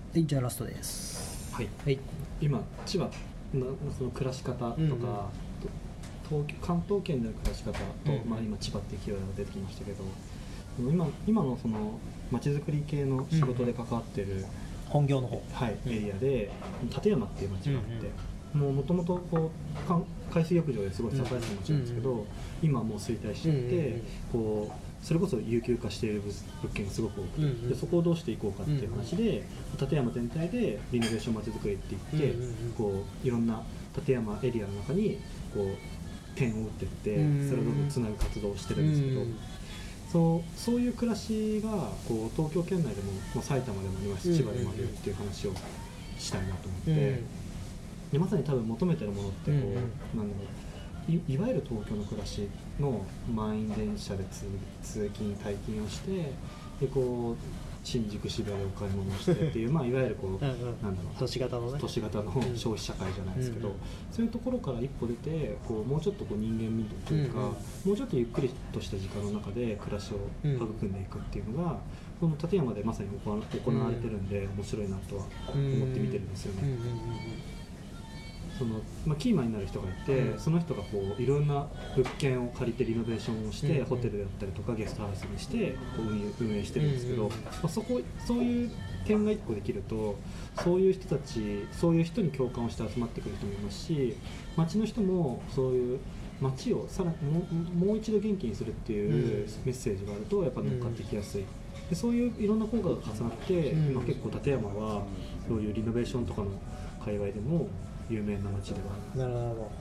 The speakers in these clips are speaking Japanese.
はい、じゃあラストです。 はい、 はい、 今千葉のその暮らし方とか、関東圏での暮らし方と、今千葉っていうキーワードが出てきましたけど、今のその街づくり系の仕事で関わってる、 本業の方、 エリアで立山っていう街があって、もともと海水浴場ですごい栄えてる街なんですけど、今もう衰退しちゃって、それこそ有給化している物件がすごく多くて、でそこをどうしていこうかっていう話で、立山全体でリノベーションまちづくりって言って、いろんな立山エリアの中に点を打っていって、それをどんどんつなぐ活動をしてるんですけど、そういう暮らしが東京圏内でも、埼玉でもありますし、千葉でもあるっていう話をしたいなと思って、でまさに多分求めてるものってなんだろう、いわゆる東京の暮らしの満員電車で通勤退勤をして、で新宿渋谷でお買い物をしてっていういわゆるなんだろう、 都市型の消費社会じゃないですけど、そういうところから一歩出てもうちょっと人間味というか、もうちょっとゆっくりとした時間の中で暮らしを育んでいくっていうのが、この立山でまさに行われてるんで面白いなとは思って見てるんですよね。キーマンになる人がいて、その人がいろんな物件を借りてリノベーションをして、ホテルだったりとかゲストハウスにして運営してるんですけど、そういう点が1個できると、そういう人たち、そういう人に共感をして集まってくる人もいますし、町の人もそういう町をさらにもう一度元気にするっていうメッセージがあるとやっぱ乗っかってきやすい。でそういういろんな効果が重なって、今結構立山はそういうリノベーションとかの界隈でも有名な街ではある。 なるほ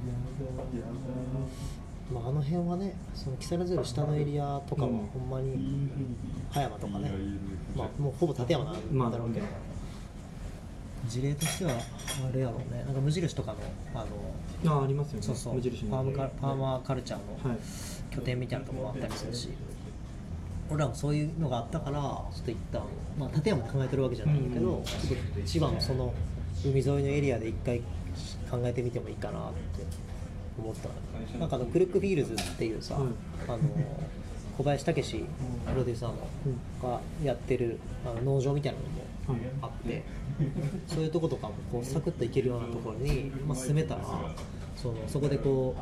ど。あの辺はね、その木更津より下のエリアとかはほんまに葉山とかね、もうほぼ立山なんだろうけど、事例としてはあれやろうね、なんか無印とかのありますよね。 そう無印パーマカルチャーの拠点みたいなところもあったりするし、俺らもそういうのがあったからちょっと一旦、立山で考えてるわけじゃないんだけど、ちょっと千葉のその海沿いのエリアで一回考えてみてもいいかなって思った。なんかクルックフィールズっていうさ、小林武史プロデューサーのがやってる農場みたいなのもあって、そういうとことかもサクッと行けるようなところに、住めたらそこで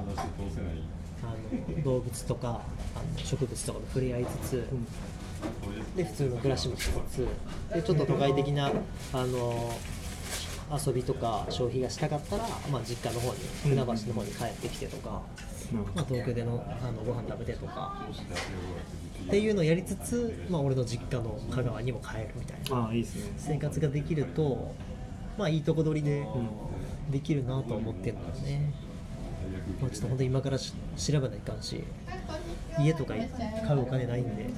動物とか植物とかと触れ合いつつ、で普通の暮らしもしつつで、ちょっと都会的な遊びとか消費がしたかったら、実家の方に船橋の方に帰ってきてとか、東京でのご飯食べてとかっていうのをやりつつ、俺の実家の香川にも帰るみたいな、 いいですね、 生活ができると、いいとこ取りでできるなと思ってるんだよね。ちょっと本当に今から調べないかんし、家とか買うお金ないんで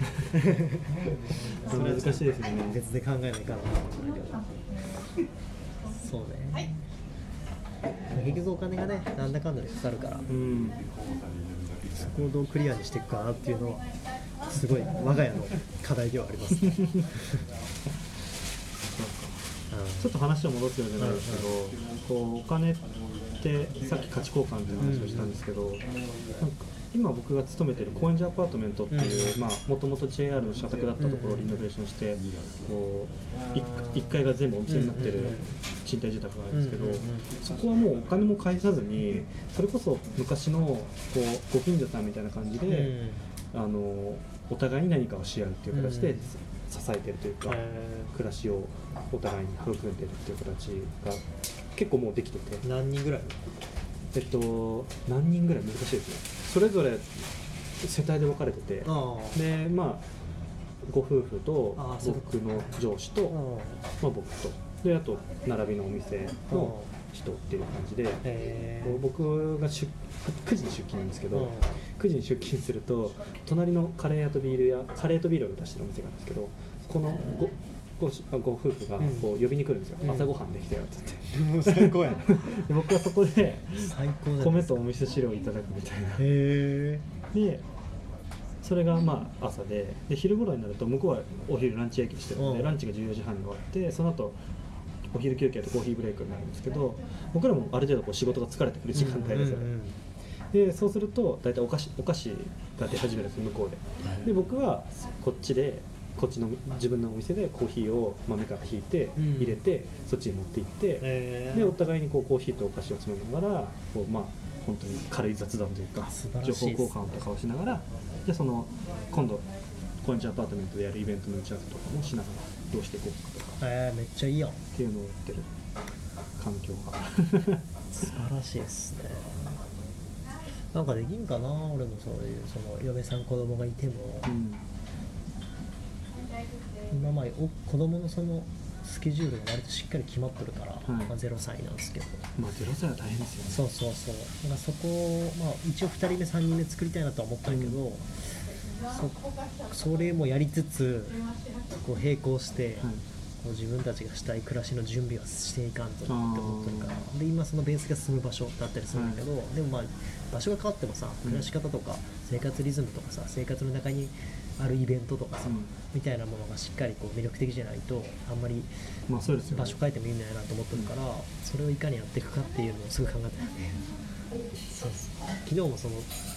難しいですね。 別で考えないかなと思うんだけど、そうね、結局お金がね、なんだかんだでかかるから、そこをどうクリアにしていくかなっていうのはすごい我が家の課題ではありますちょっと話を戻すようじゃないですけど、お金ってさっき価値交換っていう話をしたんですけど、なんか今僕が勤めてる高円寺アパートメントっていう、もともと JR の社宅だったところをリノベーションして、1階が全部お店になってる賃貸住宅があるんですけど、そこはもうお金も返さずに、それこそ昔のご近所さんみたいな感じで、お互いに何かをし合うっていう形で支えてるというか、暮らしをお互いに育んでるっていう形が結構もうできてて。 何人ぐらい？ 何人ぐらい難しいですね。それぞれ世帯で分かれてて、でご夫婦と僕の上司と、僕とで、あと並びのお店の人っていう感じで、僕が9時に出勤なんですけど、9時に出勤すると隣のカレーとビールを出してるお店があるんですけど、このご夫婦が呼びに来るんですよ。朝ごはんできたよって言って最高やで僕はそこで米とお味噌汁をいただくみたいな。でそれが朝で、昼頃になると向こうはお昼ランチ営業してるので、ランチが14時半に終わって、その後お昼休憩とコーヒーブレイクになるんですけど、僕らもある程度仕事が疲れてくる時間帯ですよね。でそうすると大体お菓子が出始めるんです、向こうで。で僕はこっちでこっちの自分のお店でコーヒーを豆からひいて入れて、そっちに持って行って、でお互いにこうコーヒーとお菓子を詰めながらこう、まあ、本当に軽い雑談というか情報交換とかをしながら、でその今度コンチアパートメントでやるイベントの打ち合わせとかもしながらどうしていこうかとか、 めっちゃいいやんっていうのをやってる環境が素晴らしいですね。なんかできんかな、俺もそういうその嫁さん子供がいても、今まで子供のそのスケジュールが割としっかり決まってるから、まあ、0歳なんですけど、 まあ0歳は大変ですよね。 そうだからそこを、まあ、一応2人目3人目作りたいなとは思ったんだけど、それもやりつつこう並行して、こう自分たちがしたい暮らしの準備はしていかんとって思ってるから、で今そのベースが住む場所だったりするんだけど、でもまあ場所が変わってもさ、暮らし方とか生活リズムとかさ、生活の中にあるイベントとかさ、みたいなものがしっかりこう魅力的じゃないとあんまり場所変えてもいいんだよなと思ってるから、それをいかにやっていくかっていうのをすぐ考えてるね。そう昨日もその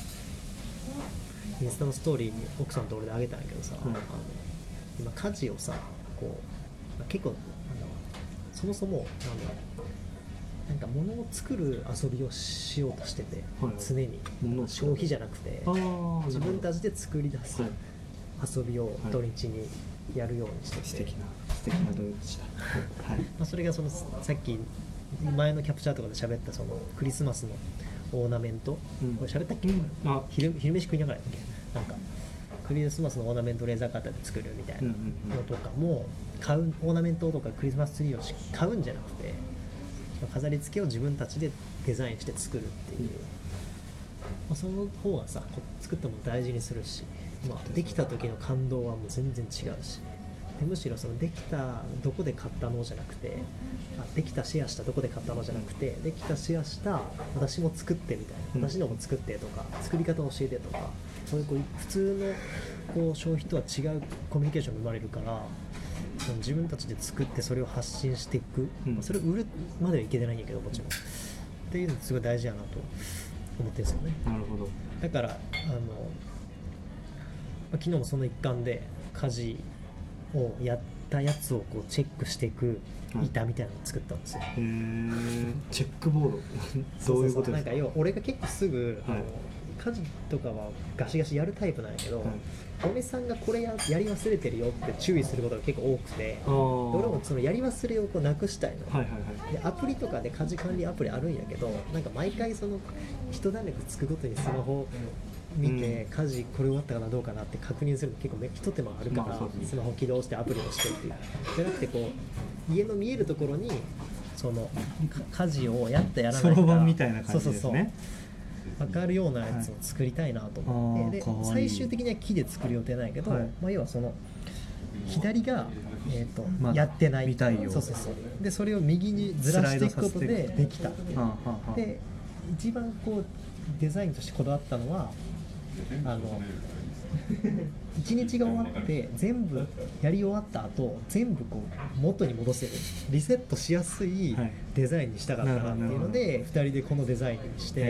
インスタのストーリーに奥さんと俺であげたんやけどさ、今家事をさこう結構そもそもなんか物を作る遊びをしようとしてて、常に消費じゃなくて自分たちで作り出す遊びを土日にやるようにしてて、 素敵な土日だまあそれがそのさっき前のキャプチャーとかで喋ったそのクリスマスのオーナメント、これ喋ったっけ、昼飯食いながらやったっけ、なんかクリスマスのオーナメントレーザーカッターで作るみたいなのとかも買う、オーナメントとかクリスマスツリーを買うんじゃなくて飾り付けを自分たちでデザインして作るっていう、まあ、その方がさ作ったもの大事にするし、まあ、できた時の感動はもう全然違うし、でむしろそのできたどこで買ったのじゃなくて、できたシェアしたどこで買ったのじゃなくて、できたシェアした私も作ってみたいな、私のも作ってとか作り方を教えてとか、そういう普通のこう消費とは違うコミュニケーションが生まれるから、その自分たちで作ってそれを発信していく、それを売るまではいけてないんやけどもちろんっていうのすごい大事やなと思ってるんですよね。 なるほど。 だから昨日もその一環で家事をやったやつをこうチェックしていく板みたいなのを作ったんですよ。 チェックボードどういうことですか？ なんか要は俺が結構すぐ、家事とかはガシガシやるタイプなんやけど、嫁さんがこれやり忘れてるよって注意することが結構多くて、俺もそのやり忘れをこうなくしたいの、でアプリとかで家事管理アプリあるんやけど、なんか毎回その一段落つくごとにスマホ見て、家事これ終わったかなどうかなって確認するの結構一手間あるから、スマホ起動してアプリをしてっていうじゃなくて、こう家の見えるところにその家事をやったやらないか、 そろばんみたいな感じですね。 分かるようなやつを作りたいなと思って、で最終的には木で作る予定なんやけど、まあ、要はその左が、やってない、でそれを右にずらしていくことでできた。で一番こうデザインとしてこだわったのは一日が終わって全部やり終わった後全部こう元に戻せるリセットしやすいデザインにしたかったなっていうので、2人でこのデザインにして、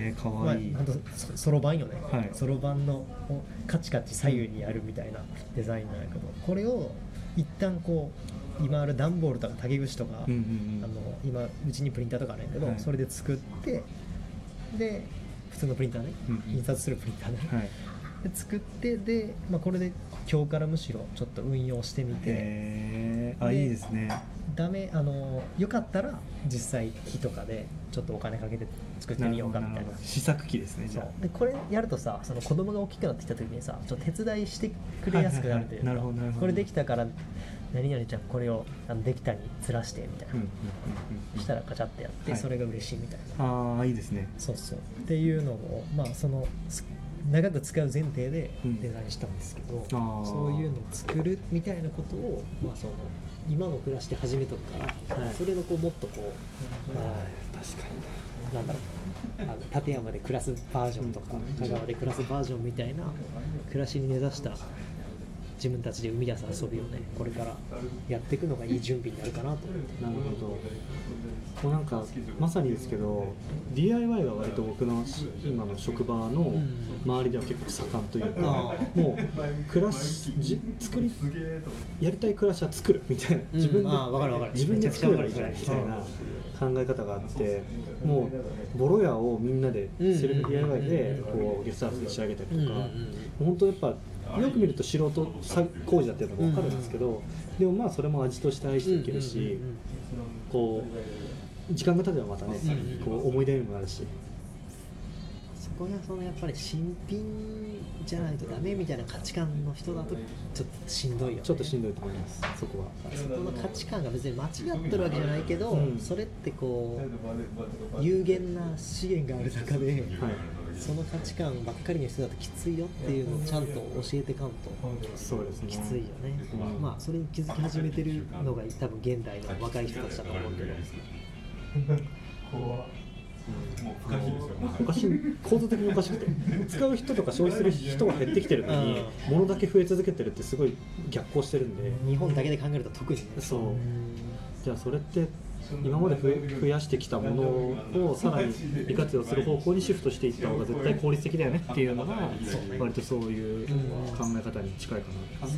かわいい、 まあ、そろばんよね、そろばんのカチカチ左右にやるみたいなデザインなんやけど、これを一旦こう今ある段ボールとか竹串とか、今うちにプリンターとかあるんやけど、それで作って、で普通のプリンターね、印刷するプリンターね、で作ってで、まあ、これで今日からむしろちょっと運用してみて、 いいですね。 よかったら実際木とかでちょっとお金かけて作ってみようかみたいな試作機ですね。じゃあでこれやるとさ、その子供が大きくなってきた時にさちょっと手伝いしてくれやすくなるというか、これできたから何々ちゃんこれをできたにずらしてみたいな、したらガチャってやって、それが嬉しいみたいな。 いいですね。 そうっていうのを、まあ、その長く使う前提でデザインしたんですけど、そういうのを作るみたいなことを、まあ、その今の暮らしで始めとくから、それのこうもっとこう、 確かになんだろう、立山で暮らすバージョンとか香川で暮らすバージョンみたいな暮らしに根ざした自分たちで生み出す遊びをねこれからやっていくのがいい準備になるかなと思って。 なるほど。もうなんかまさにですけど DIY が割と僕の今の職場の周りでは結構盛んというか、もう暮らし作りやりたい暮らしは作るみたいな、自分で作るみたいな考え方があって、もうボロ屋をみんなでセルフ DIY でこうゲストハウスで仕上げたりとか、本当やっぱよく見ると素人工事だっていうのも分かるんですけど、でもまあそれも味として愛していけるし、こう時間が経てばまたね、こう思い出にもなるし、 そこがそのやっぱり新品じゃないとダメみたいな価値観の人だとちょっとしんどいよね。 ちょっとしんどいと思います。そこはそこの価値観が別に間違ってるわけじゃないけど、それってこう有限な資源がある中で、その価値観ばっかりの人だときついよっていうのをちゃんと教えてかんとそうですね、 きついよね。まあそれに気づき始めてるのが多分現代の若い人たちだと思うけど、 おかしい、構造的におかしくて、使う人とか消費する人が減ってきてるのに、物だけ増え続けてるってすごい逆行してるんで、 日本だけで考えると特にね。 そう。じゃあそれって今まで増やしてきたものをさらに利活用する方向にシフトしていった方が絶対効率的だよねっていうのが割とそういう考え方に近いかな。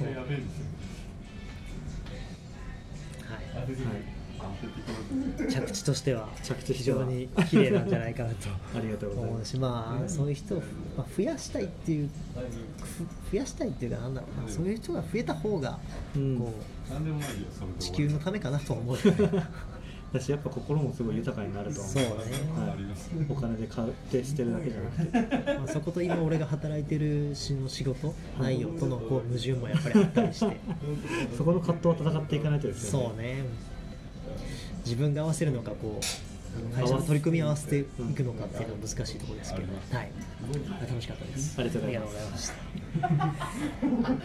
着地としては非常に綺麗なんじゃないかなとありがとうございます。 まあそういう人を増やしたいっていうかなんだろうな、そういう人が増えた方がこう地球のためかなと思うよね。 だしやっぱ心もすごい豊かになると思う。 そうね、 お金で買って捨てるだけじゃなくて、 まあそこと今俺が働いてる仕事内容とのこう矛盾もやっぱりあったりしてそこの葛藤を戦っていかないとですよね。 そうね、自分が合わせるのかこう会社の取り組み合わせていくのかっていうのは難しいところですけど、はい、楽しかったです。 ありがとうございます。